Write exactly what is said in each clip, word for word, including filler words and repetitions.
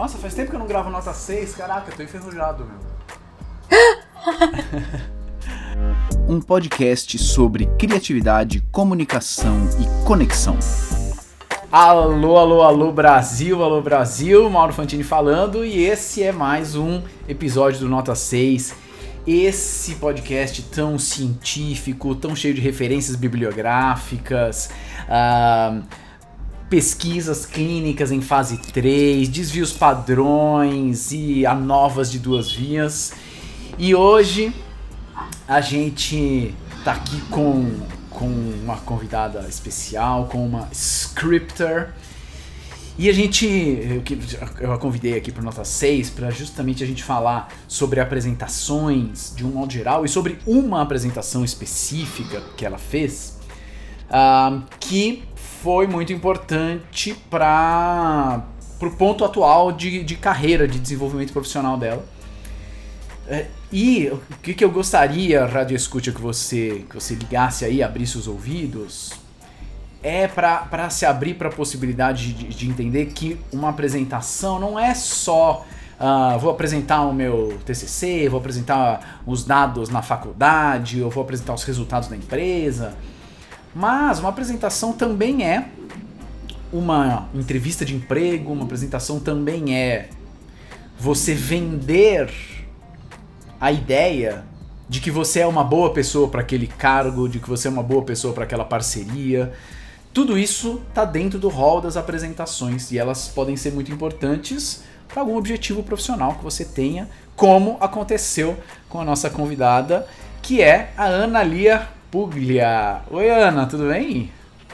Nossa, faz tempo que eu não gravo nota seis, caraca, eu tô enferrujado, meu. Um podcast sobre criatividade, comunicação e conexão. Alô, alô, alô Brasil, alô Brasil, Mauro Fantini falando, e esse é mais um episódio do Nota seis. Esse podcast tão científico, tão cheio de referências bibliográficas, uh, pesquisas clínicas em fase três, desvios padrões e anovas de duas vias. E hoje a gente tá aqui com, com uma convidada especial, com uma scripter. E a gente, eu, eu a convidei aqui para Nota seis para justamente a gente falar sobre apresentações de um modo geral e sobre uma apresentação específica que ela fez, uh, que foi muito importante para o ponto atual de, de carreira, de desenvolvimento profissional dela. Uh, e o que, que eu gostaria, Rádio Escute, que você, que você ligasse aí, abrisse os ouvidos, é para se abrir para a possibilidade de, de entender que uma apresentação não é só uh, vou apresentar o meu T C C, vou apresentar os dados na faculdade, ou vou apresentar os resultados da empresa, mas uma apresentação também é uma entrevista de emprego, uma apresentação também é você vender a ideia de que você é uma boa pessoa para aquele cargo, de que você é uma boa pessoa para aquela parceria. Tudo isso está dentro do rol das apresentações e elas podem ser muito importantes para algum objetivo profissional que você tenha, como aconteceu com a nossa convidada, que é a Ana Lia Puglia. Oi, Ana, tudo bem?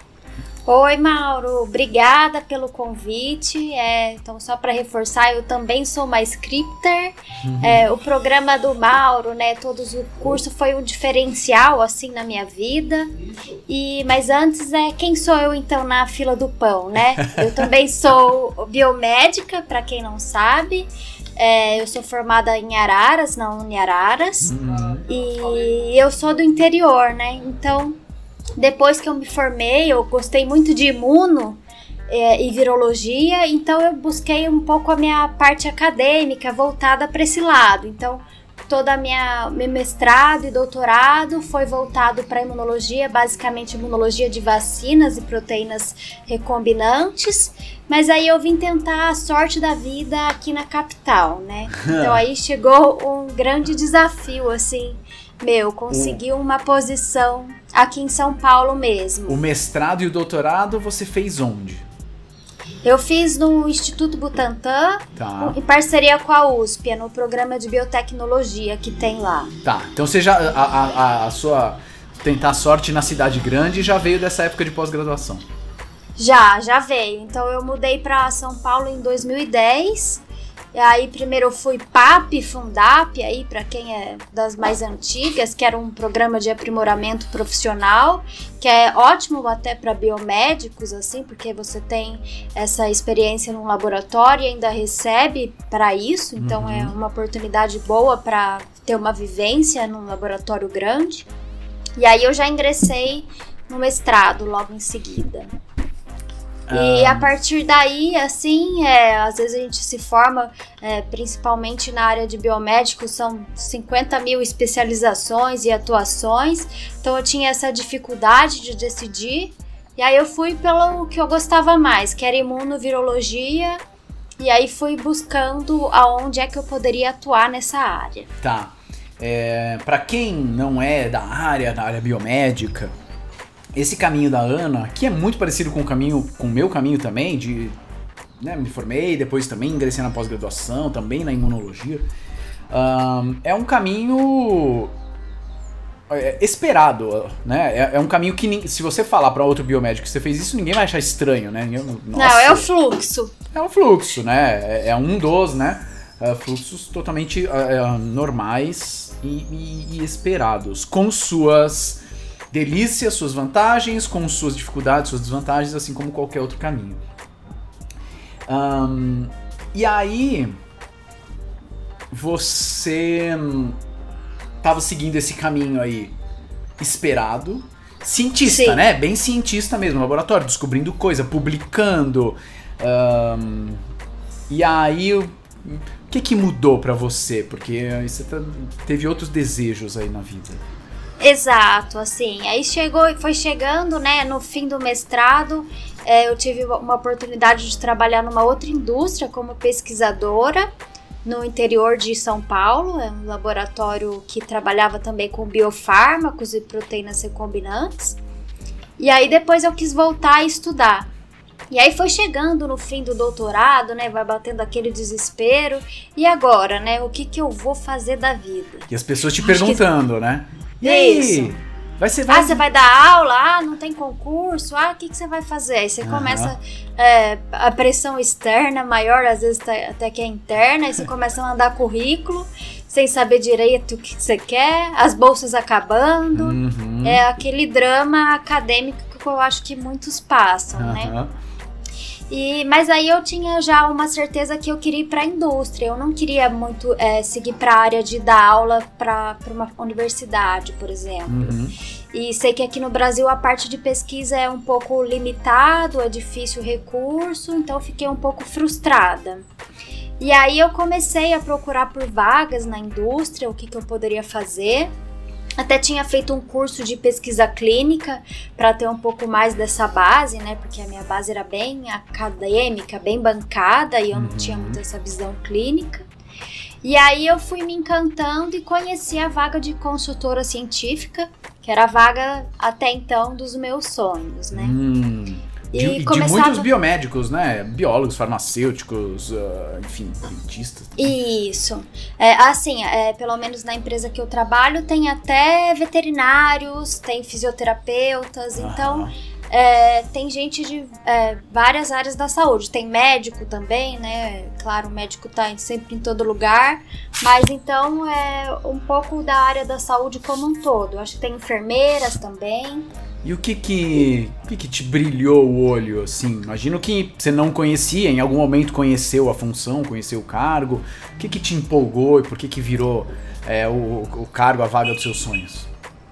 Oi, Mauro, obrigada pelo convite. É, então, só para reforçar, eu também sou uma scripter. Uhum. É, o programa do Mauro, né, todos o curso foi um diferencial assim na minha vida. E mas antes, é quem sou eu então na fila do pão, né? Eu também sou biomédica, para quem não sabe. É, eu sou formada em Araras, na Uniararas. Uhum. E eu sou do interior, né? Então, depois que eu me formei, eu gostei muito de imuno é, e virologia, então eu busquei um pouco a minha parte acadêmica voltada para esse lado. Então, todo a minha, meu mestrado e doutorado foi voltado para imunologia, basicamente imunologia de vacinas e proteínas recombinantes, mas aí eu vim tentar a sorte da vida aqui na capital, né? Então aí chegou um grande desafio, assim, meu, consegui uma posição aqui em São Paulo mesmo. O mestrado e o doutorado você fez onde? Eu fiz no Instituto Butantan, tá, em parceria com a U S P, no programa de biotecnologia que tem lá. Tá, então você já, a, a, a sua tentar sorte na cidade grande já veio dessa época de pós-graduação? Já, já veio. Então eu mudei para São Paulo em dois mil e dez. E aí primeiro eu fui P A P, Fundap, aí para quem é das mais antigas, que era um programa de aprimoramento profissional, que é ótimo até para biomédicos, assim, porque você tem essa experiência num laboratório e ainda recebe para isso, então uhum. é uma oportunidade boa para ter uma vivência num laboratório grande. E aí eu já ingressei no mestrado logo em seguida. E a partir daí, assim, é, às vezes a gente se forma, é, principalmente na área de biomédicos, são cinquenta mil especializações e atuações, então eu tinha essa dificuldade de decidir, e aí eu fui pelo que eu gostava mais, que era imunovirologia, e aí fui buscando aonde é que eu poderia atuar nessa área. Tá, é, para quem não é da área, da área biomédica, esse caminho da Ana, que é muito parecido com o caminho, com o meu caminho também, de, né, me formei, depois também ingressei na pós-graduação, também na imunologia, um, é um caminho é, esperado, né? É, é um caminho que, se você falar para outro biomédico que você fez isso, ninguém vai achar estranho, né? Ninguém, nossa, não, é o fluxo. É o fluxo, né? É, é um dos, né? Uh, fluxos totalmente uh, normais e, e, e esperados, com suas delícias, suas vantagens, com suas dificuldades, suas desvantagens, assim como qualquer outro caminho. Um, e aí, você estava seguindo esse caminho aí esperado, cientista, Sim. né? Bem cientista mesmo, laboratório, descobrindo coisa, publicando. Um, E aí, o que que mudou pra você? Porque você teve outros desejos aí na vida. Exato, assim, aí chegou, foi chegando, né, no fim do mestrado, é, eu tive uma oportunidade de trabalhar numa outra indústria como pesquisadora no interior de São Paulo, é um laboratório que trabalhava também com biofármacos e proteínas recombinantes, e aí depois eu quis voltar a estudar. E aí foi chegando no fim do doutorado, né, vai batendo aquele desespero, e agora, né, o que que eu vou fazer da vida? E as pessoas te perguntando, que... né? E Isso. aí? Vai ser, vai... Ah, você vai dar aula? Ah, não tem concurso? Ah, o que, que você vai fazer? Aí você uhum. começa, é, a pressão externa maior, às vezes até que é interna, aí você começa a mandar currículo, sem saber direito o que você quer, as bolsas acabando, uhum. é aquele drama acadêmico que eu acho que muitos passam, uhum. né? E, mas aí eu tinha já uma certeza que eu queria ir para a indústria, eu não queria muito é, seguir para a área de dar aula para uma universidade, por exemplo. Uhum. E sei que aqui no Brasil a parte de pesquisa é um pouco limitado, é difícil o recurso, então eu fiquei um pouco frustrada. E aí eu comecei a procurar por vagas na indústria, o que, que eu poderia fazer. Até tinha feito um curso de pesquisa clínica para ter um pouco mais dessa base, né? Porque a minha base era bem acadêmica, bem bancada e eu não uhum. tinha muito essa visão clínica. E aí eu fui me encantando e conheci a vaga de consultora científica, que era a vaga até então dos meus sonhos, né? Hum. De, e começava... de muitos biomédicos, né? Biólogos, farmacêuticos, uh, enfim, dentistas. Isso. É, assim, é, pelo menos na empresa que eu trabalho, tem até veterinários, tem fisioterapeutas, ah. então é, tem gente de é, várias áreas da saúde. Tem médico também, né? Claro, o médico tá sempre em todo lugar, mas então é um pouco da área da saúde como um todo. Acho que tem enfermeiras também. E o que que, o que que te brilhou o olho, assim? Imagino que você não conhecia, em algum momento conheceu a função, conheceu o cargo. O que que te empolgou e por que que virou é, o, o cargo, a vaga dos seus sonhos?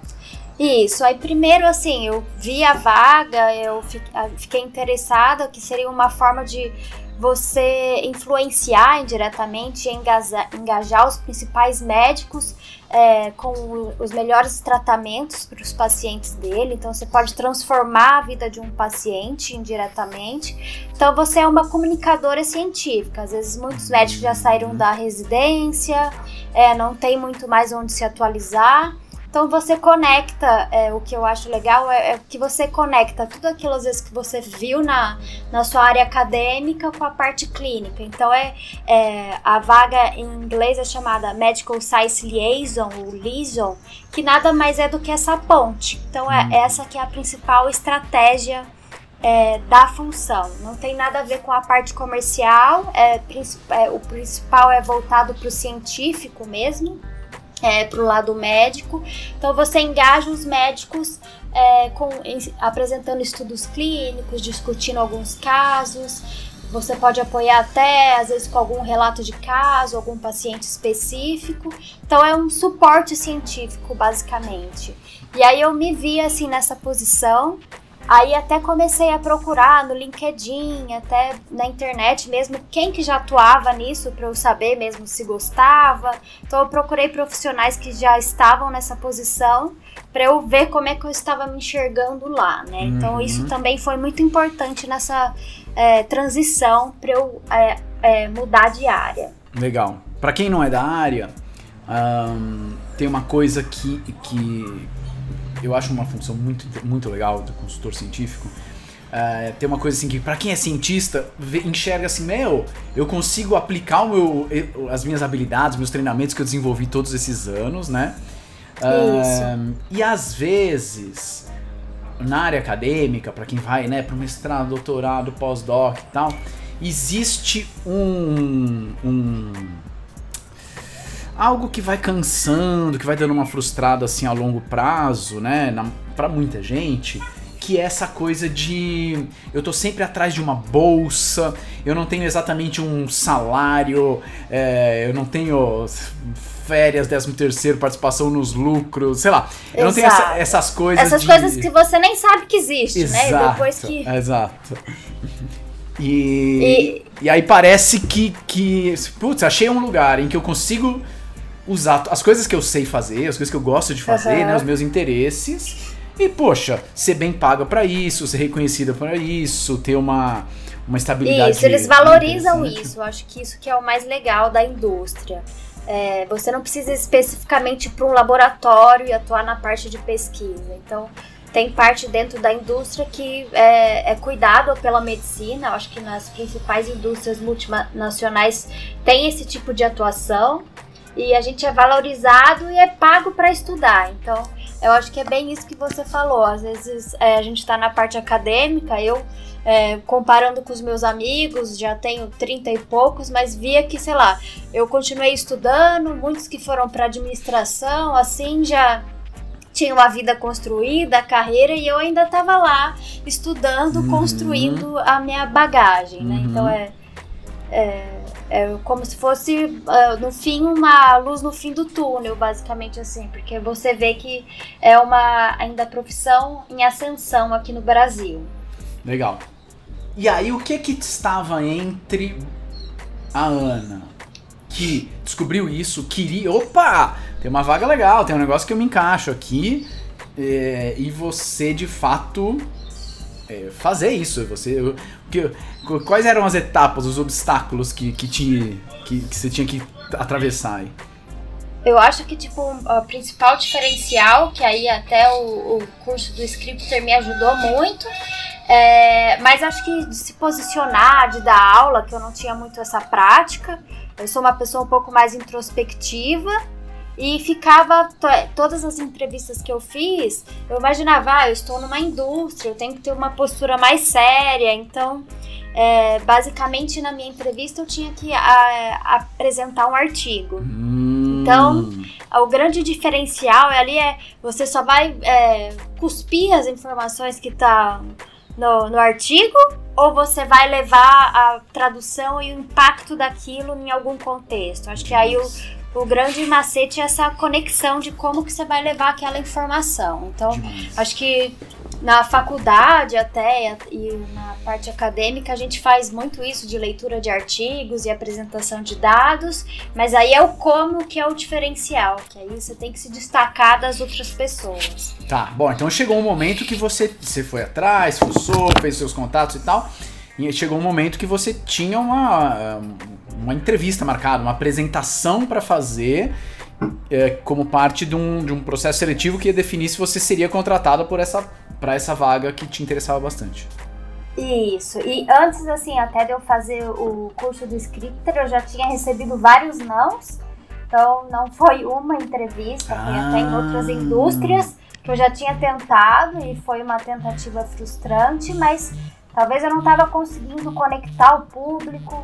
Isso, aí primeiro assim, eu vi a vaga, eu fiquei interessada, que seria uma forma de você influenciar indiretamente e engajar, engajar os principais médicos é, com os melhores tratamentos para os pacientes dele. Então você pode transformar a vida de um paciente indiretamente. Então você é uma comunicadora científica. Às vezes muitos médicos já saíram da residência, é, não tem muito mais onde se atualizar. Então você conecta, é, o que eu acho legal é, é que você conecta tudo aquilo às vezes que você viu na, na sua área acadêmica com a parte clínica. Então é, é a vaga em inglês é chamada Medical Science Liaison, ou Liaison, que nada mais é do que essa ponte. Então é essa que é a principal estratégia é, da função. Não tem nada a ver com a parte comercial, é, é, o principal é voltado para o científico mesmo. É, para o lado médico. Então você engaja os médicos é, com, em, apresentando estudos clínicos, discutindo alguns casos. Você pode apoiar até, às vezes, com algum relato de caso, algum paciente específico. Então é um suporte científico, basicamente. E aí eu me vi assim nessa posição. Aí até comecei a procurar no LinkedIn, até na internet mesmo, quem que já atuava nisso para eu saber mesmo se gostava. Então eu procurei profissionais que já estavam nessa posição para eu ver como é que eu estava me enxergando lá, né? Uhum. Então isso também foi muito importante nessa é, transição para eu é, é, mudar de área. Legal. Para quem não é da área, um, tem uma coisa que... que... eu acho uma função muito, muito legal do consultor científico. Uh, tem uma coisa assim que, pra quem é cientista, vê, enxerga assim, meu, eu consigo aplicar o meu, as minhas habilidades, meus treinamentos que eu desenvolvi todos esses anos, né? Uh, e às vezes, na área acadêmica, pra quem vai, né, pro mestrado, doutorado, pós-doc e tal, existe um... um algo que vai cansando, que vai dando uma frustrada assim a longo prazo, né, na, pra muita gente, que é essa coisa de eu tô sempre atrás de uma bolsa, eu não tenho exatamente um salário, é, eu não tenho férias, décimo terceiro, participação nos lucros, sei lá, eu Exato. não tenho essa, essas coisas Essas de... coisas que você nem sabe que existe, exato, né, depois que... Exato. E, e... e aí parece que, que, putz, achei um lugar em que eu consigo usar as coisas que eu sei fazer, as coisas que eu gosto de fazer, uhum. né, os meus interesses. E, poxa, ser bem paga pra isso, ser reconhecida pra isso, ter uma, uma estabilidade. Isso, eles valorizam isso. Eu acho que isso que é o mais legal da indústria. É, você não precisa especificamente ir para um laboratório e atuar na parte de pesquisa. Então, tem parte dentro da indústria que é, é cuidado pela medicina. Eu acho que nas principais indústrias multinacionais tem esse tipo de atuação. E a gente é valorizado e é pago para estudar. Então, eu acho que é bem isso que você falou. Às vezes é, a gente está na parte acadêmica, eu é, comparando com os meus amigos, já tenho trinta e poucos, mas via que, sei lá, eu continuei estudando, muitos que foram para administração, assim, já tinham a vida construída, a carreira, e eu ainda estava lá estudando, uhum. construindo a minha bagagem, né? Uhum. Então é... é É como se fosse, uh, no fim, uma luz no fim do túnel, basicamente assim, porque você vê que é uma ainda profissão em ascensão aqui no Brasil. Legal. E aí, o que que estava entre a Ana, que descobriu isso, queria, opa, tem uma vaga legal, tem um negócio que eu me encaixo aqui, é, e você, de fato... É, fazer isso, você, que, quais eram as etapas, os obstáculos que, que, te, que, que você tinha que atravessar aí? Eu acho que tipo, o principal diferencial, que aí até o, o curso do Scripter me ajudou muito, é, mas acho que de se posicionar, de dar aula, que eu não tinha muito essa prática, eu sou uma pessoa um pouco mais introspectiva. E ficava, todas as entrevistas que eu fiz, eu imaginava, ah, eu estou numa indústria, eu tenho que ter uma postura mais séria. Então, é, basicamente, na minha entrevista, eu tinha que a, apresentar um artigo. Hum. Então, o grande diferencial ali é, você só vai é, cuspir as informações que estão no, no artigo, ou você vai levar a tradução e o impacto daquilo em algum contexto. Acho que aí o... O grande macete é essa conexão de como que você vai levar aquela informação. Então, demais. Acho que na faculdade até e na parte acadêmica a gente faz muito isso de leitura de artigos e apresentação de dados, mas aí é o como que é o diferencial, que aí você tem que se destacar das outras pessoas. Tá, bom, então chegou um momento que você, você foi atrás, fuçou, fez seus contatos e tal, e chegou um momento que você tinha uma... uma entrevista marcada, uma apresentação para fazer é, como parte de um, de um processo seletivo que ia definir se você seria contratada por essa, para essa vaga que te interessava bastante. Isso, e antes assim, até de eu fazer o curso do Scripter, eu já tinha recebido vários nãos, então não foi uma entrevista, ah. foi até em outras indústrias que eu já tinha tentado e foi uma tentativa frustrante, mas talvez eu não estava conseguindo conectar o público,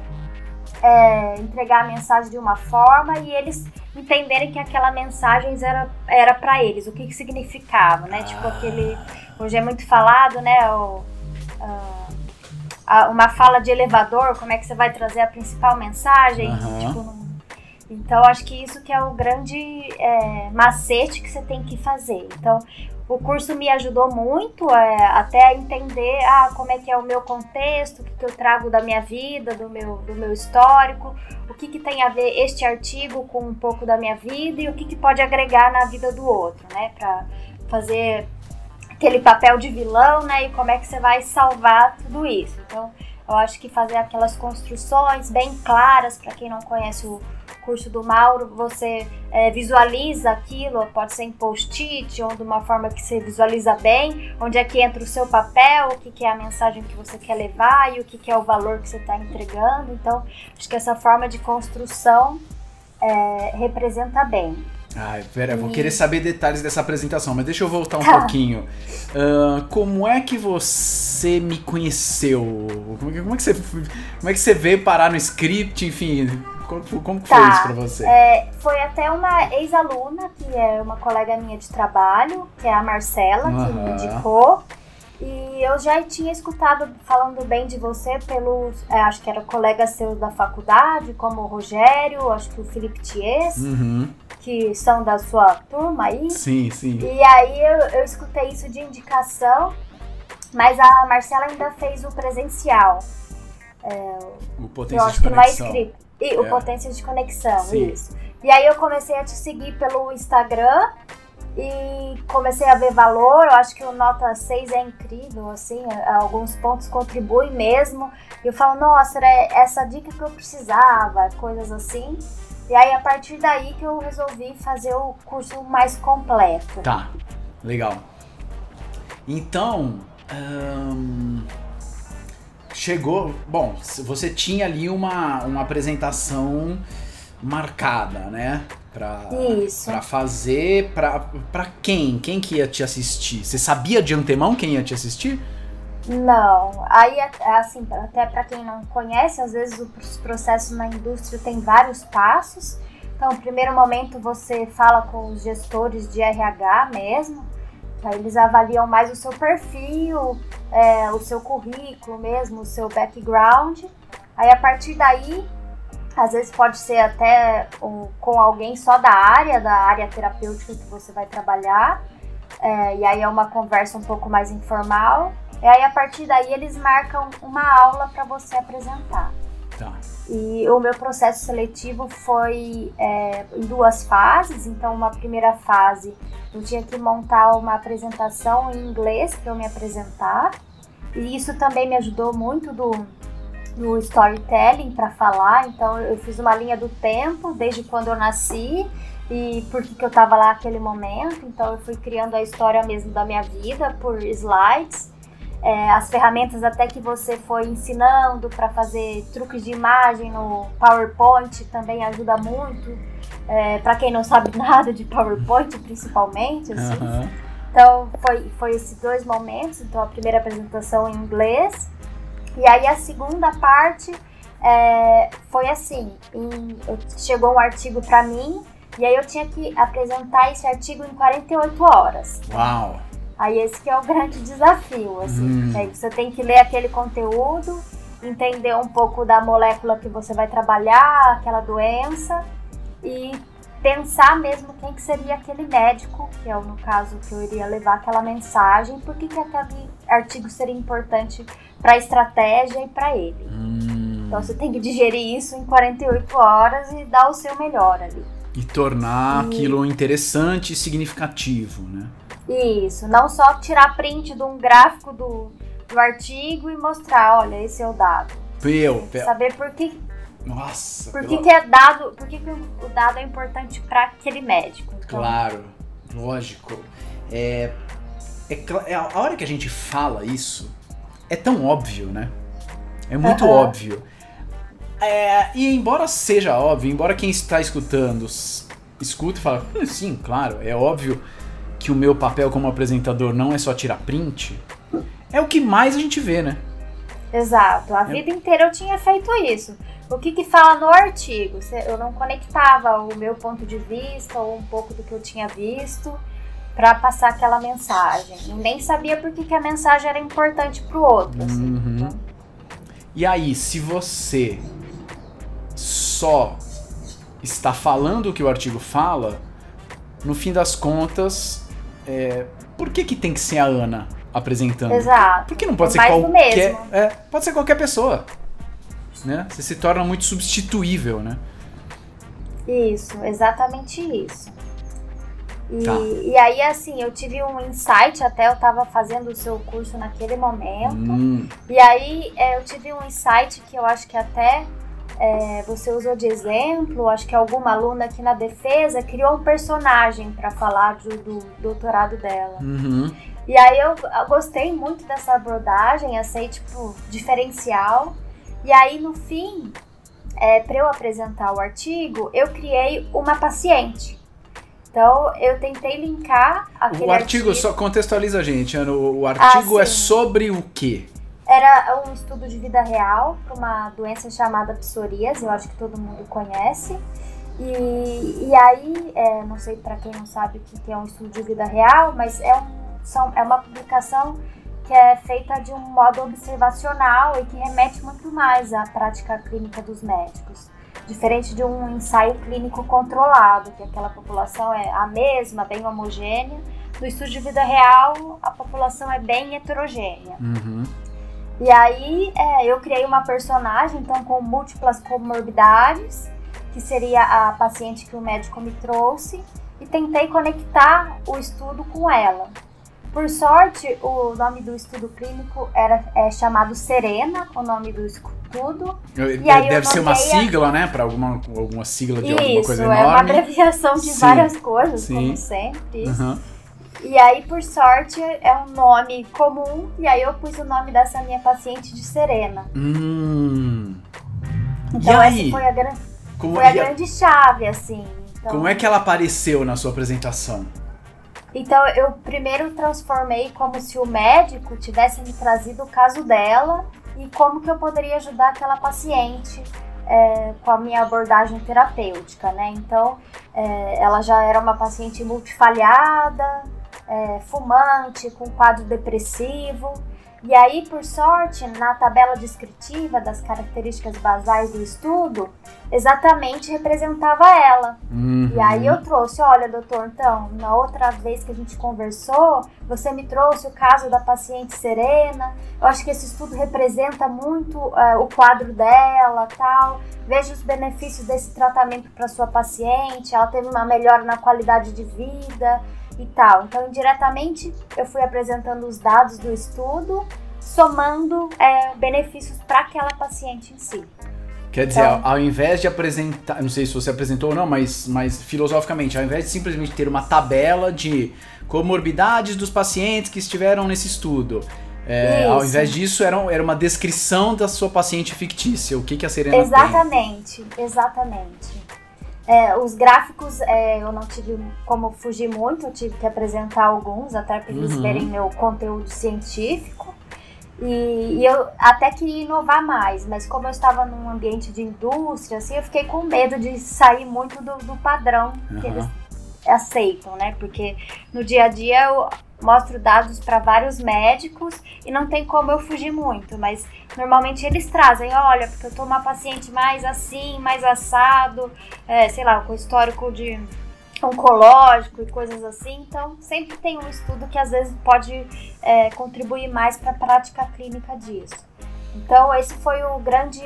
É, entregar a mensagem de uma forma e eles entenderem que aquela mensagem era, era para eles, o que que significava, né? Ah. Tipo aquele, hoje é muito falado, né? O, uh, a, uma fala de elevador, como é que você vai trazer a principal mensagem? Uhum. Tipo, não, então acho que isso que é o grande é, macete que você tem que fazer. Então o curso me ajudou muito é, até a entender ah, como é que é o meu contexto, o que, que eu trago da minha vida, do meu, do meu histórico, o que, que tem a ver este artigo com um pouco da minha vida e o que, que pode agregar na vida do outro, né? Para fazer aquele papel de vilão, né? E como é que você vai salvar tudo isso. Então, eu acho que fazer aquelas construções bem claras, para quem não conhece o curso do Mauro, você é, visualiza aquilo, pode ser em post-it ou de uma forma que você visualiza bem, onde é que entra o seu papel, o que, que é a mensagem que você quer levar e o que, que é o valor que você está entregando. Então, acho que essa forma de construção é, representa bem. Ai, pera, eu vou querer saber detalhes dessa apresentação, mas deixa eu voltar um tá. pouquinho. Uh, como é que você me conheceu? Como é que, como é que você, como é que você veio parar no script, enfim... Como, como que tá. foi isso pra você? É, foi até uma ex-aluna, que é uma colega minha de trabalho, que é a Marcela, uhum. que me indicou. E eu já tinha escutado falando bem de você pelos, é, acho que era colegas seus da faculdade, como o Rogério, acho que o Felipe Thies, uhum. que são da sua turma aí. Sim, sim. E aí eu, eu escutei isso de indicação, mas a Marcela ainda fez o presencial. É, o potência eu acho de que não é conexão. escrito. E É. o potência de conexão, Sim. isso. E aí eu comecei a te seguir pelo Instagram e comecei a ver valor. Eu acho que o nota seis é incrível, assim, alguns pontos contribuem mesmo. E eu falo, nossa, era essa dica que eu precisava, coisas assim. E aí a partir daí que eu resolvi fazer o curso mais completo. Tá, legal. Então, hum, chegou... Bom, você tinha ali uma, uma apresentação marcada, né? Pra, Isso. Pra fazer... Pra, pra quem? Quem que ia te assistir? Você sabia de antemão quem ia te assistir? Não. Aí, assim, até para quem não conhece, às vezes os processos na indústria tem vários passos. Então, no primeiro momento, você fala com os gestores de R H mesmo. Aí eles avaliam mais o seu perfil, é, o seu currículo mesmo, o seu background. Aí, a partir daí, às vezes pode ser até um, com alguém só da área, da área terapêutica que você vai trabalhar. É, e aí é uma conversa um pouco mais informal. E aí, a partir daí, eles marcam uma aula para você apresentar. Tá. E o meu processo seletivo foi é, em duas fases. Então, uma primeira fase, eu tinha que montar uma apresentação em inglês para eu me apresentar. E isso também me ajudou muito do, do storytelling para falar. Então, eu fiz uma linha do tempo, desde quando eu nasci e por que que eu estava lá naquele momento. Então, eu fui criando a história mesmo da minha vida por slides. É, as ferramentas até que você foi ensinando para fazer truques de imagem no PowerPoint também ajuda muito, é, para quem não sabe nada de PowerPoint principalmente, assim. Uhum. Então foi, foi esses dois momentos. Então a primeira apresentação em inglês e aí a segunda parte é, foi assim, em, chegou um artigo para mim e aí eu tinha que apresentar esse artigo em quarenta e oito horas. Uau! Aí esse que é o grande desafio, assim. Hum. Aí você tem que ler aquele conteúdo, entender um pouco da molécula que você vai trabalhar, aquela doença, e pensar mesmo quem que seria aquele médico, que é no caso que eu iria levar aquela mensagem, por que que aquele artigo seria importante para a estratégia e para ele. Hum. Então você tem que digerir isso em quarenta e oito horas e dar o seu melhor ali. E tornar e... aquilo interessante e significativo, né? Isso, não só tirar print de um gráfico do, do artigo e mostrar, olha, esse é o dado. Meu, meu. Saber por que, Nossa, por que, pela... que é dado, por que, que o dado é importante para aquele médico. Então... Claro, lógico. É, é, é a hora que a gente fala isso, é tão óbvio, né? É muito uhum. óbvio. É, e embora seja óbvio, embora quem está escutando escuta e fala, hum, sim, claro, é óbvio que o meu papel como apresentador não é só tirar print, é o que mais a gente vê, né? Exato, a é. vida inteira eu tinha feito isso. O que que fala no artigo? Eu não conectava o meu ponto de vista ou um pouco do que eu tinha visto para passar aquela mensagem. E nem sabia por que que a mensagem era importante pro outro. Assim. Uhum. Então... E aí, se você só está falando o que o artigo fala, no fim das contas... É, por que que tem que ser a Ana apresentando? Exato. Por que não pode ser mais qualquer... do mesmo. É, pode ser qualquer pessoa, né? Você se torna muito substituível, né? Isso, exatamente isso. E, tá. e aí, assim, eu tive um insight, até eu estava fazendo o seu curso naquele momento, hum. e aí é, eu tive um insight que eu acho que até... É, você usou de exemplo, acho que alguma aluna aqui na defesa criou um personagem para falar do, do doutorado dela. Uhum. E aí eu, eu gostei muito dessa abordagem, achei tipo diferencial. E aí no fim, é, para eu apresentar o artigo, eu criei uma paciente. Então eu tentei linkar aquele O artigo, artigo... só contextualiza a gente, Ana, o artigo ah, é sobre o quê? Era um estudo de vida real para uma doença chamada psoríase, eu acho que todo mundo conhece. E, e aí, é, não sei para quem não sabe o que é um estudo de vida real, mas é, um, são, é uma publicação que é feita de um modo observacional e que remete muito mais à prática clínica dos médicos. Diferente de um ensaio clínico controlado, que aquela população é a mesma, bem homogênea. No estudo de vida real, a população é bem heterogênea. Uhum. E aí é, eu criei uma personagem, então, com múltiplas comorbidades, que seria a paciente que o médico me trouxe, e tentei conectar o estudo com ela. Por sorte, o nome do estudo clínico era é, chamado Serena, o nome do estudo. E aí deve ser uma sigla, né? Para alguma, alguma sigla de Isso, alguma coisa enorme. Isso, é uma abreviação de Sim. várias coisas, Sim. como sempre. Isso. Uhum. E aí, por sorte, é um nome comum, e aí eu pus o nome dessa minha paciente de Serena. Hum. Então, essa foi a, gran... Como... foi a grande chave, assim. Então... Como é que ela apareceu na sua apresentação? Então, eu primeiro transformei como se o médico tivesse me trazido o caso dela e como que eu poderia ajudar aquela paciente é, com a minha abordagem terapêutica, né? Então, é, ela já era uma paciente multifalhada, é, fumante, com quadro depressivo. E aí, por sorte, na tabela descritiva das características basais do estudo, exatamente representava ela. Uhum. E aí eu trouxe, olha, doutor, então, na outra vez que a gente conversou, você me trouxe o caso da paciente Serena, eu acho que esse estudo representa muito uh, o quadro dela, tal. Veja os benefícios desse tratamento para sua paciente, ela teve uma melhora na qualidade de vida e tal. Então, indiretamente, eu fui apresentando os dados do estudo, somando é, benefícios para aquela paciente em si. Quer dizer, então, ao invés de apresentar, não sei se você apresentou ou não, mas, mas filosoficamente, ao invés de simplesmente ter uma tabela de comorbidades dos pacientes que estiveram nesse estudo, é, ao invés disso, era, era uma descrição da sua paciente fictícia, o que, que a Serena Exatamente, tem. exatamente. É, os gráficos, é, eu não tive como fugir muito, eu tive que apresentar alguns, até para eles uhum. verem meu conteúdo científico. E, e eu até queria inovar mais, mas como eu estava num ambiente de indústria, assim, eu fiquei com medo de sair muito do, do padrão uhum. que eles aceitam, né? Porque no dia a dia eu mostro dados para vários médicos e não tem como eu fugir muito, mas normalmente eles trazem, olha, porque eu tô uma paciente mais assim, mais assado, é, sei lá, com histórico de oncológico e coisas assim, então sempre tem um estudo que às vezes pode é, contribuir mais para a prática clínica disso. Então esse foi o grande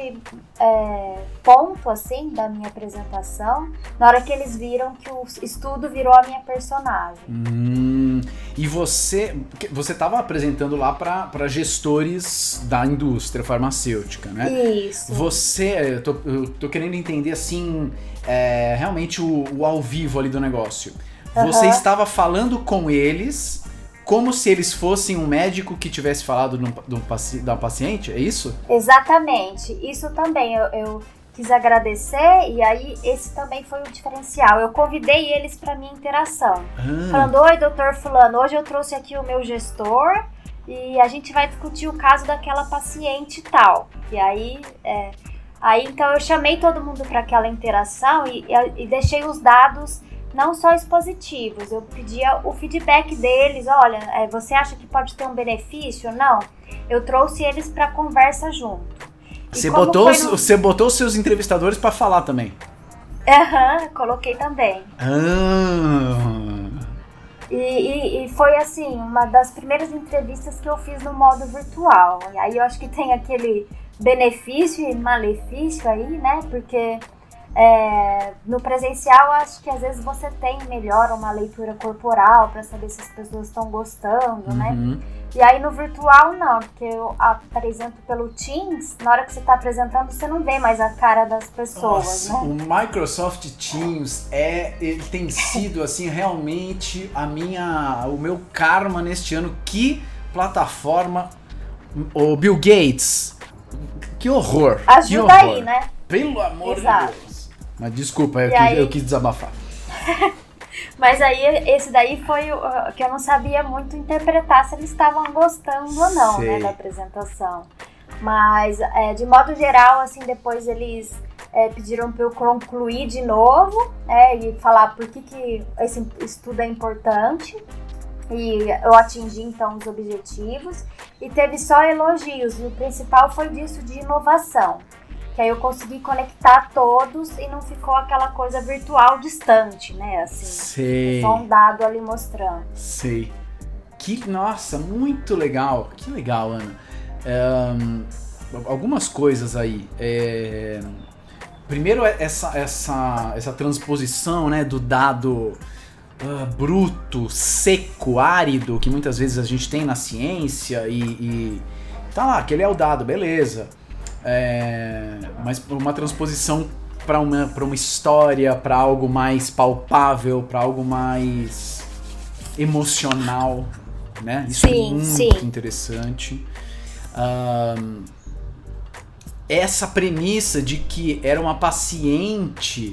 é, ponto assim da minha apresentação, na hora que eles viram que o estudo virou a minha personagem. Hum, e você você estava apresentando lá para gestores da indústria farmacêutica, né? Isso. Você, eu tô, eu tô querendo entender assim, é, realmente o, o ao vivo ali do negócio. Uhum. Você estava falando com eles como se eles fossem um médico que tivesse falado de, um, de, um, de uma paciente, é isso? Exatamente, isso também eu, eu quis agradecer e aí esse também foi o diferencial. Eu convidei eles para minha interação, ah. falando, oi doutor fulano, hoje eu trouxe aqui o meu gestor e a gente vai discutir o caso daquela paciente tal. E aí, é, aí então eu chamei todo mundo para aquela interação e, e, e deixei os dados não só expositivos, eu pedia o feedback deles, olha, você acha que pode ter um benefício? Não, eu trouxe eles para conversa junto. Você botou, no... você botou os seus entrevistadores para falar também? Aham, uhum, coloquei também. Ah. E, e, e foi assim, uma das primeiras entrevistas que eu fiz no modo virtual, e aí eu acho que tem aquele benefício e malefício aí, né, porque... É, no presencial, acho que às vezes você tem melhor uma leitura corporal para saber se as pessoas estão gostando, uhum. né? E aí no virtual não, porque eu apresento pelo Teams, na hora que você está apresentando você não vê mais a cara das pessoas, Nossa, né? O Microsoft Teams é, ele tem sido assim realmente a minha, o meu karma neste ano. Que plataforma, o Bill Gates, que horror! Ajuda que horror. aí, né? Pelo amor Exato. de Deus. Mas desculpa, eu, aí... quis, eu quis desabafar. Mas aí, esse daí foi o que eu não sabia muito interpretar se eles estavam gostando ou não, né, da apresentação. Mas, é, de modo geral, assim, depois eles é, pediram para eu concluir de novo, né, e falar por que, que esse estudo é importante. E eu atingi, então, os objetivos. E teve só elogios, e o principal foi disso, de inovação. Que aí eu consegui conectar todos e não ficou aquela coisa virtual distante, né, assim. Sei. Só um dado ali mostrando. Sei. Que, nossa, muito legal. Que legal, Ana. Um, algumas coisas aí. É, primeiro, essa, essa, essa transposição, né, do dado uh, bruto, seco, árido, que muitas vezes a gente tem na ciência e... e tá lá, aquele é o dado, beleza. É, mas uma transposição para uma, para uma história, para algo mais palpável, para algo mais emocional, né? Isso sim, é muito sim. interessante. Um, essa premissa de que era uma paciente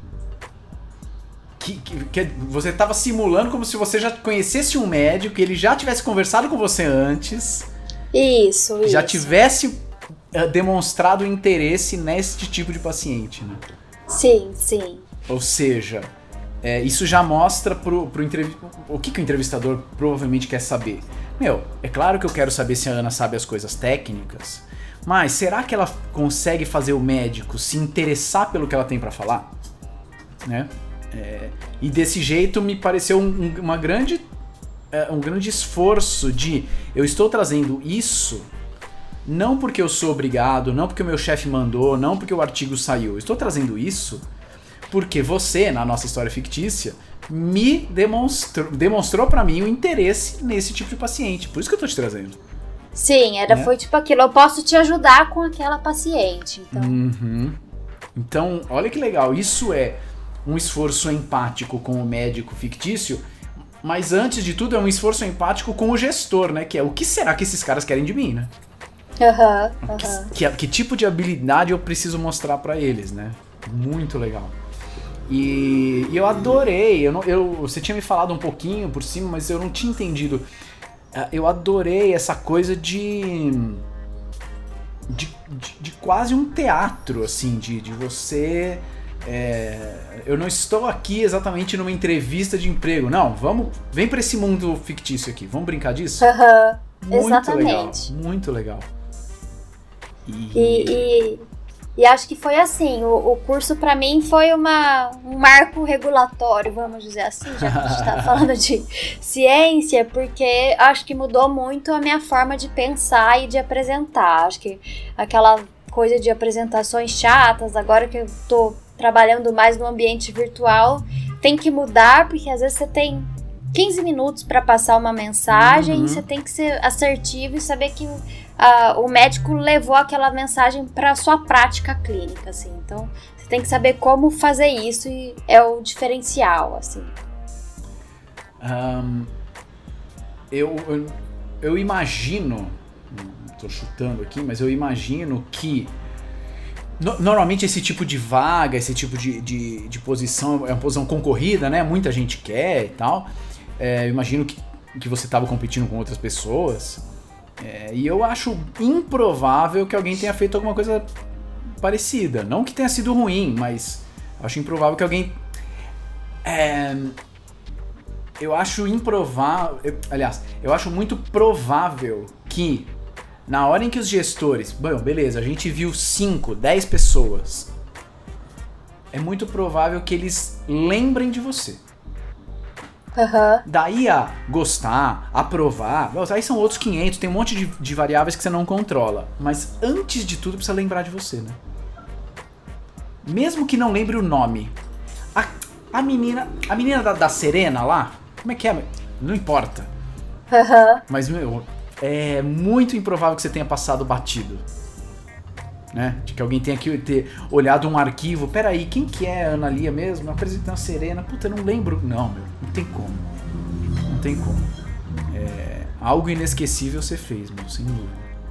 que, que, que você estava simulando como se você já conhecesse um médico, que ele já tivesse conversado com você antes. Isso, isso. Já tivesse uh, demonstrado interesse nesse tipo de paciente, né? Sim, sim. Ou seja, é, isso já mostra pro, pro entrevistador o que, que o entrevistador provavelmente quer saber. Meu, é claro que eu quero saber se a Ana sabe as coisas técnicas, mas será que ela consegue fazer o médico se interessar pelo que ela tem pra falar? Né? É, e desse jeito me pareceu um, uma grande... um grande esforço de eu estou trazendo isso não porque eu sou obrigado, não porque o meu chefe mandou, não porque o artigo saiu. Eu estou trazendo isso porque você, na nossa história fictícia, me demonstrou, demonstrou para mim o interesse nesse tipo de paciente. Por isso que eu estou te trazendo. Sim, era, né? Foi tipo aquilo, eu posso te ajudar com aquela paciente. Então, uhum. Então, olha que legal. Isso é um esforço empático com o médico fictício. Mas antes de tudo é um esforço empático com o gestor, né? Que é o que será que esses caras querem de mim, né? Uhum, uhum. Que, que, que tipo de habilidade eu preciso mostrar pra eles, né? Muito legal. E, e eu adorei. Eu não, eu, você tinha me falado um pouquinho por cima, mas eu não tinha entendido. Eu adorei essa coisa de... De, de, de quase um teatro, assim, de, de você... É, eu não estou aqui exatamente numa entrevista de emprego. Não, vamos, vem para esse mundo fictício aqui. Vamos brincar disso? Uhum, muito exatamente. Legal, muito legal. E, e, e, e acho que foi assim. O, o curso para mim foi uma, um marco regulatório, vamos dizer assim, já que a gente está falando de ciência, porque acho que mudou muito a minha forma de pensar e de apresentar. Acho que aquela coisa de apresentações chatas, agora que eu tô trabalhando mais no ambiente virtual, tem que mudar, porque às vezes você tem quinze minutos para passar uma mensagem, uhum. E você tem que ser assertivo e saber que uh, o médico levou aquela mensagem para sua prática clínica, assim. Então, você tem que saber como fazer isso e é o diferencial, assim. Um, eu, eu, eu imagino, tô chutando aqui, mas eu imagino que No, normalmente esse tipo de vaga, esse tipo de, de, de posição é uma posição concorrida, né? Muita gente quer e tal. É, eu imagino que, que você estava competindo com outras pessoas. É, e eu acho improvável que alguém tenha feito alguma coisa parecida. Não que tenha sido ruim, mas acho improvável que alguém... É, eu acho improvável... Eu, aliás, eu acho muito provável que... Na hora em que os gestores... Bom, beleza, a gente viu cinco, dez pessoas. É muito provável que eles lembrem de você. Uhum. Daí a gostar, aprovar... Aí são outros quinhentos, tem um monte de, de variáveis que você não controla. Mas antes de tudo, precisa lembrar de você, né? Mesmo que não lembre o nome. A, a menina... A menina da, da Serena lá... Como é que é? Não importa. Uhum. Mas, meu... É muito improvável que você tenha passado batido, né? De que alguém tenha que ter olhado um arquivo. Peraí, quem que é a Ana Lia mesmo? Apresentando a Serena. Puta, eu não lembro. Não, meu, não tem como. Não tem como. É, algo inesquecível você fez, meu, sem dúvida.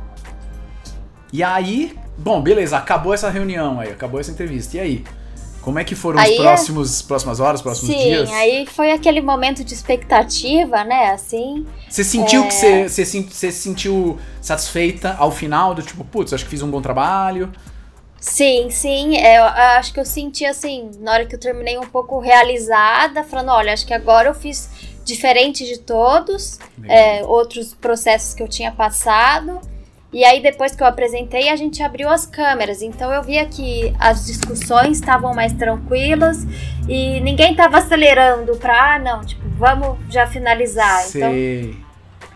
E aí, bom, beleza, acabou essa reunião aí, acabou essa entrevista. E aí? Como é que foram aí os próximos, é... próximas horas, próximos Sim, dias? Sim, aí foi aquele momento de expectativa, né, assim... Você sentiu é... que você, você, você se sentiu satisfeita ao final, do tipo, putz, acho que fiz um bom trabalho? Sim, sim, é, eu acho que eu senti assim, na hora que eu terminei um pouco realizada, falando, olha, acho que agora eu fiz diferente de todos, é, outros processos que eu tinha passado... E aí, depois que eu apresentei, a gente abriu as câmeras. Então, eu via que as discussões estavam mais tranquilas e ninguém estava acelerando pra, ah, não, tipo, vamos já finalizar. Sei. Então,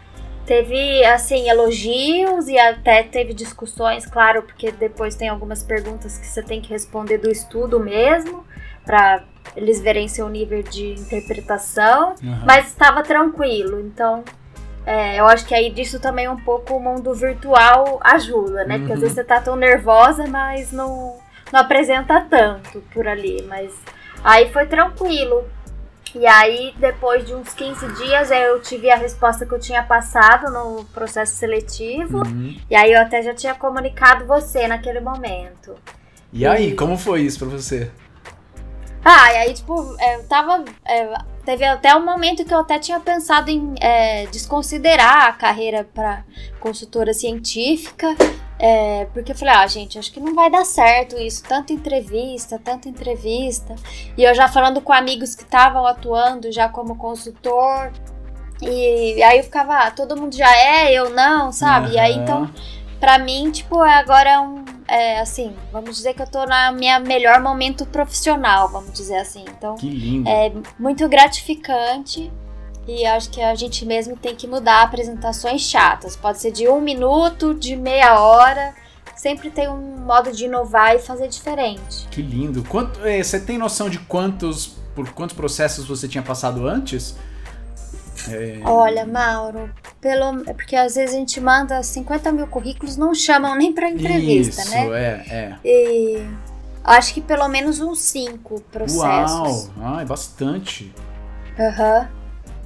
teve, assim, elogios e até teve discussões, claro, porque depois tem algumas perguntas que você tem que responder do estudo mesmo, para eles verem seu nível de interpretação, uhum. mas estava tranquilo, então é, eu acho que aí disso também um pouco o mundo virtual ajuda, né? Uhum. Porque às vezes você tá tão nervosa, mas não, não apresenta tanto por ali, mas aí foi tranquilo. E aí, depois de uns quinze dias, eu tive a resposta que eu tinha passado no processo seletivo. Uhum. E aí eu até já tinha comunicado você naquele momento. E, e... aí, como foi isso pra você? Ah, e aí, tipo, eu tava... É, teve até um momento que eu até tinha pensado em é, desconsiderar a carreira pra consultora científica. É, porque eu falei, ah, gente, acho que não vai dar certo isso, tanta entrevista, tanta entrevista, e eu já falando com amigos que estavam atuando já como consultor, e aí eu ficava, ah, todo mundo já é, eu não, sabe? Uhum. E aí, então, pra mim, tipo, agora é um, é, assim, vamos dizer que eu tô na minha melhor momento profissional, vamos dizer assim, então, que lindo. É muito gratificante. E acho que a gente mesmo tem que mudar apresentações chatas. Pode ser de um minuto, de meia hora. Sempre tem um modo de inovar e fazer diferente. Que lindo. Quanto, você tem noção de quantos, por quantos processos você tinha passado antes? É... Olha, Mauro, pelo, porque às vezes a gente manda cinquenta mil currículos, não chamam nem para entrevista, Isso, né? Isso, é, é. E acho que pelo menos uns cinco processos. Uau, ah, é bastante. Aham. Uhum.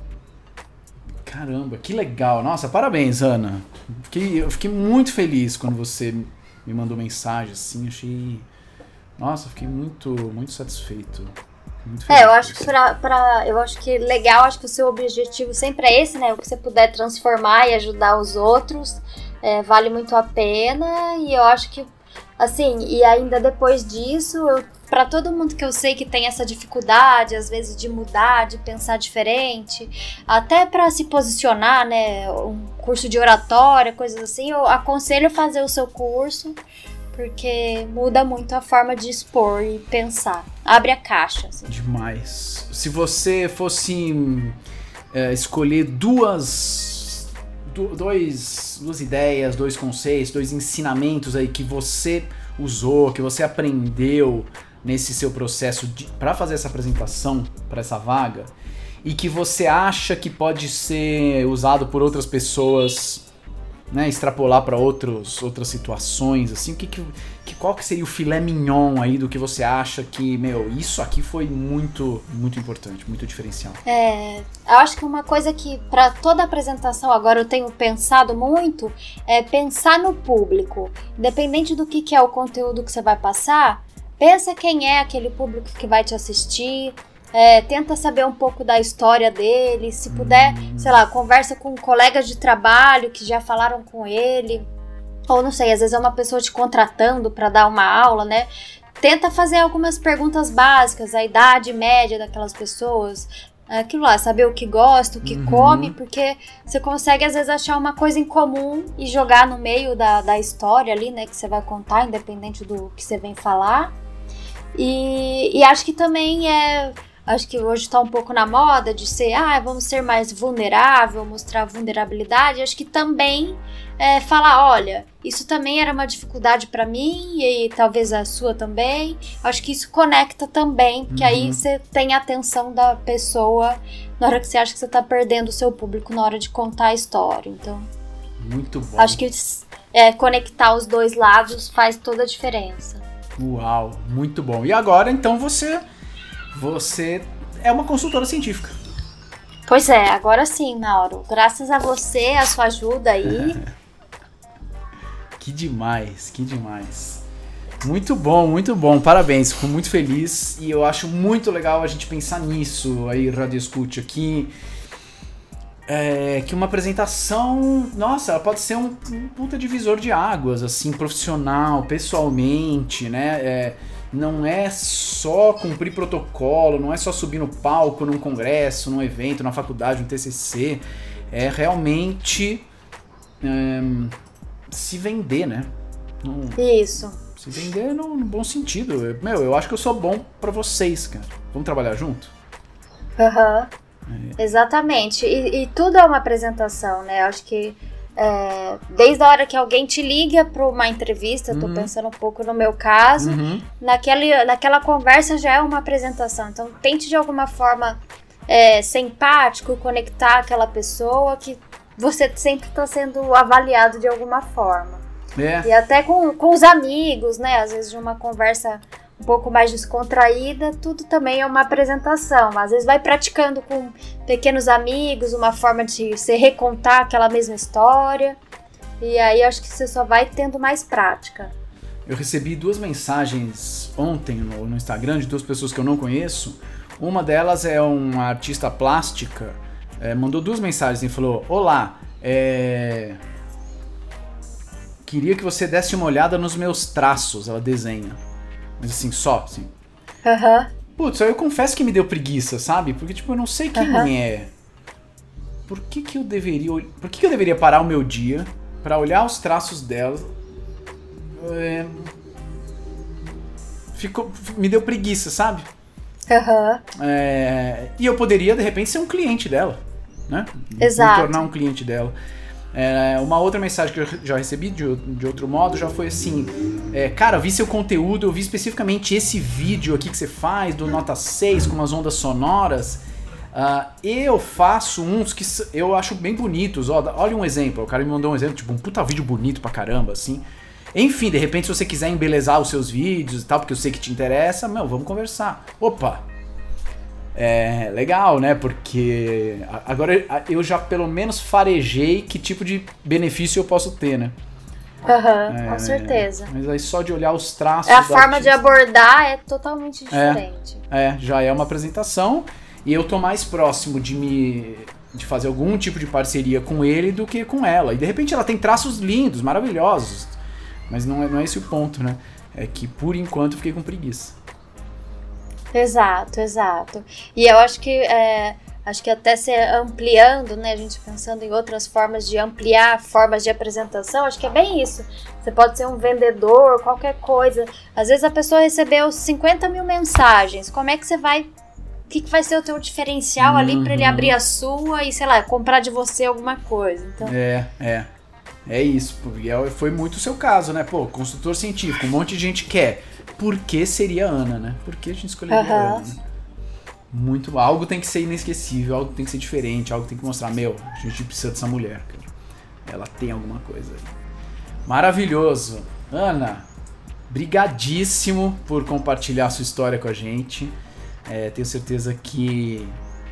Caramba, que legal. Nossa, parabéns, Ana. Fiquei, eu fiquei muito feliz quando você me mandou mensagem, assim, achei... Nossa, fiquei muito, muito satisfeito. Muito é, eu acho que pra, pra, eu acho que legal, acho que o seu objetivo sempre é esse, né? O que você puder transformar e ajudar os outros, é, vale muito a pena. E eu acho que, assim, e ainda depois disso, eu, pra todo mundo que eu sei que tem essa dificuldade, às vezes, de mudar, de pensar diferente, até pra se posicionar, né? Um curso de oratória, coisas assim, eu aconselho fazer o seu curso, porque muda muito a forma de expor e pensar. Abre a caixa. Assim. Demais. Se você fosse é, escolher duas, du, dois, duas ideias, dois conceitos, dois ensinamentos aí que você usou, que você aprendeu nesse seu processo para fazer essa apresentação para essa vaga e que você acha que pode ser usado por outras pessoas, né, extrapolar para outras situações, assim, que, que, que, qual que seria o filé mignon aí do que você acha que, meu, isso aqui foi muito, muito importante, muito diferencial? É, eu acho que uma coisa que para toda apresentação agora eu tenho pensado muito é pensar no público, independente do que, que é o conteúdo que você vai passar, pensa quem é aquele público que vai te assistir. É, tenta saber um pouco da história dele, se puder, hum. sei lá, conversa com colegas de trabalho que já falaram com ele, ou não sei, às vezes é uma pessoa te contratando para dar uma aula, né? Tenta fazer algumas perguntas básicas, a idade média daquelas pessoas, aquilo lá, saber o que gosta, o que uhum. come, porque você consegue às vezes achar uma coisa em comum e jogar no meio da, da história ali, né, que você vai contar, independente do que você vem falar. E, e acho que também é... Acho que hoje tá um pouco na moda de ser, ah, vamos ser mais vulnerável, mostrar vulnerabilidade. Acho que também é, falar, olha, isso também era uma dificuldade pra mim e talvez a sua também. Acho que isso conecta também, porque uhum. aí você tem a atenção da pessoa na hora que você acha que você tá perdendo o seu público na hora de contar a história. Então, muito bom. Acho que é, conectar os dois lados faz toda a diferença. Uau, muito bom. E agora, então, você... Você é uma consultora científica. Pois é, agora sim, Mauro. Graças a você, a sua ajuda aí. Que demais, que demais. Muito bom, muito bom. Parabéns, fico muito feliz. E eu acho muito legal a gente pensar nisso aí, Radio Escute, aqui. É, que uma apresentação, nossa, ela pode ser um, um puta divisor de águas, assim, profissional, pessoalmente, né? É, não é só cumprir protocolo, não é só subir no palco num congresso, num evento, na faculdade, no T C C. É realmente é, se vender, né? No, Isso. Se vender no, no bom sentido. Meu, eu acho que eu sou bom pra vocês, cara. Vamos trabalhar junto? Aham. Uhum. É. Exatamente. E, e tudo é uma apresentação, né? Eu acho que é, desde a hora que alguém te liga para uma entrevista, eu tô uhum. pensando um pouco no meu caso, uhum. naquele, naquela conversa já é uma apresentação. Então tente de alguma forma é, ser empático, conectar aquela pessoa que você sempre está sendo avaliado de alguma forma. É. E até com, com os amigos, né? Às vezes de uma conversa um pouco mais descontraída, tudo também é uma apresentação. Às vezes vai praticando com pequenos amigos, uma forma de você recontar aquela mesma história. E aí eu acho que você só vai tendo mais prática. Eu recebi duas mensagens ontem no, no Instagram de duas pessoas que eu não conheço. Uma delas é uma artista plástica, é, mandou duas mensagens e falou: olá, é... queria que você desse uma olhada nos meus traços. Ela desenha. Mas assim, só, assim. Aham. Uhum. Putz, eu confesso que me deu preguiça, sabe? Porque, tipo, eu não sei quem uhum. é. Por que que eu deveria... Por que que eu deveria parar o meu dia pra olhar os traços dela? É... Ficou... Me deu preguiça, sabe? Aham. Uhum. É... E eu poderia, de repente, ser um cliente dela, né? Exato. Me tornar um cliente dela. É, uma outra mensagem que eu já recebi de, de outro modo já foi assim: é, cara, eu vi seu conteúdo, eu vi especificamente esse vídeo aqui que você faz do Nota seis com umas ondas sonoras. Uh, eu faço uns que eu acho bem bonitos. Ó, olha um exemplo, o cara me mandou um exemplo, tipo um puta vídeo bonito pra caramba, assim. Enfim, de repente, se você quiser embelezar os seus vídeos e tal, porque eu sei que te interessa, meu, vamos conversar. Opa! É legal, né? Porque agora eu já pelo menos farejei que tipo de benefício eu posso ter, né? Aham, uhum, é, com certeza. Mas aí só de olhar os traços... É, a forma artista, de abordar é totalmente diferente. É, é, já é uma apresentação e eu tô mais próximo de me... de fazer algum tipo de parceria com ele do que com ela. E de repente ela tem traços lindos, maravilhosos. Mas não é, não é esse o ponto, né? É que por enquanto eu fiquei com preguiça. Exato, exato. E eu acho que é, acho que até se ampliando, né, a gente pensando em outras formas de ampliar formas de apresentação, acho que é bem isso. Você pode ser um vendedor, qualquer coisa. Às vezes a pessoa recebeu cinquenta mil mensagens. Como é que você vai... O que, que vai ser o teu diferencial uhum. ali para ele abrir a sua e, sei lá, comprar de você alguma coisa? Então... É, é. É isso. Foi muito o seu caso, né? Pô, consultor científico, um monte de gente quer. Por que seria a Ana, né? Por que a gente escolheria uhum. a Ana? Né? Muito, algo tem que ser inesquecível, algo tem que ser diferente, algo tem que mostrar, meu, a gente precisa dessa mulher, cara. Ela tem alguma coisa aí. Maravilhoso. Ana, brigadíssimo por compartilhar a sua história com a gente. É, tenho certeza que,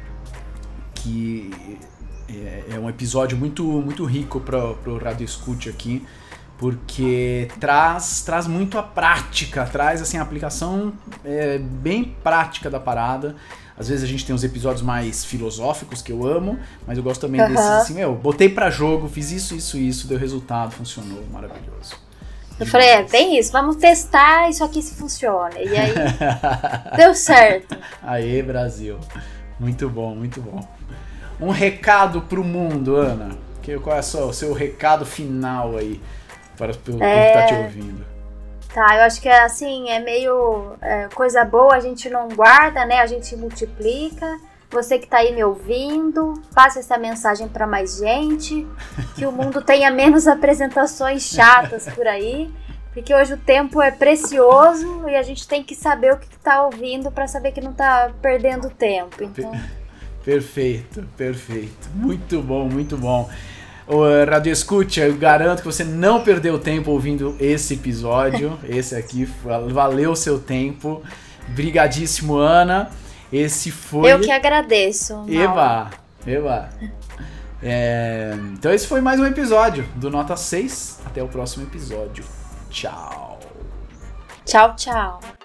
que é, é um episódio muito, muito rico para o Radio Escute aqui. Porque traz, traz muito a prática, traz assim, a aplicação é, bem prática da parada. Às vezes a gente tem uns episódios mais filosóficos que eu amo, mas eu gosto também uhum. desses assim, meu, botei pra jogo, fiz isso, isso, isso, deu resultado, funcionou, maravilhoso. Eu falei, é, bem isso, vamos testar isso aqui se funciona. E aí, deu certo. Aê, Brasil. Muito bom, muito bom. Um recado pro mundo, Ana. Que, qual é o seu, o seu recado final aí? Para o que é... tá te ouvindo. Tá, eu acho que é assim, é meio é, coisa boa, a gente não guarda, né? A gente multiplica. Você que tá aí me ouvindo, passe essa mensagem para mais gente, que o mundo tenha menos apresentações chatas por aí, porque hoje o tempo é precioso e a gente tem que saber o que tá ouvindo para saber que não tá perdendo tempo. Então... Perfeito, perfeito. Muito bom, muito bom. O Radio Escute, eu garanto que você não perdeu tempo ouvindo esse episódio. Esse aqui valeu o seu tempo. Brigadíssimo, Ana. Esse foi... Eu que agradeço. Eba, eba. É... Então esse foi mais um episódio do Nota seis. Até o próximo episódio. Tchau. Tchau, tchau.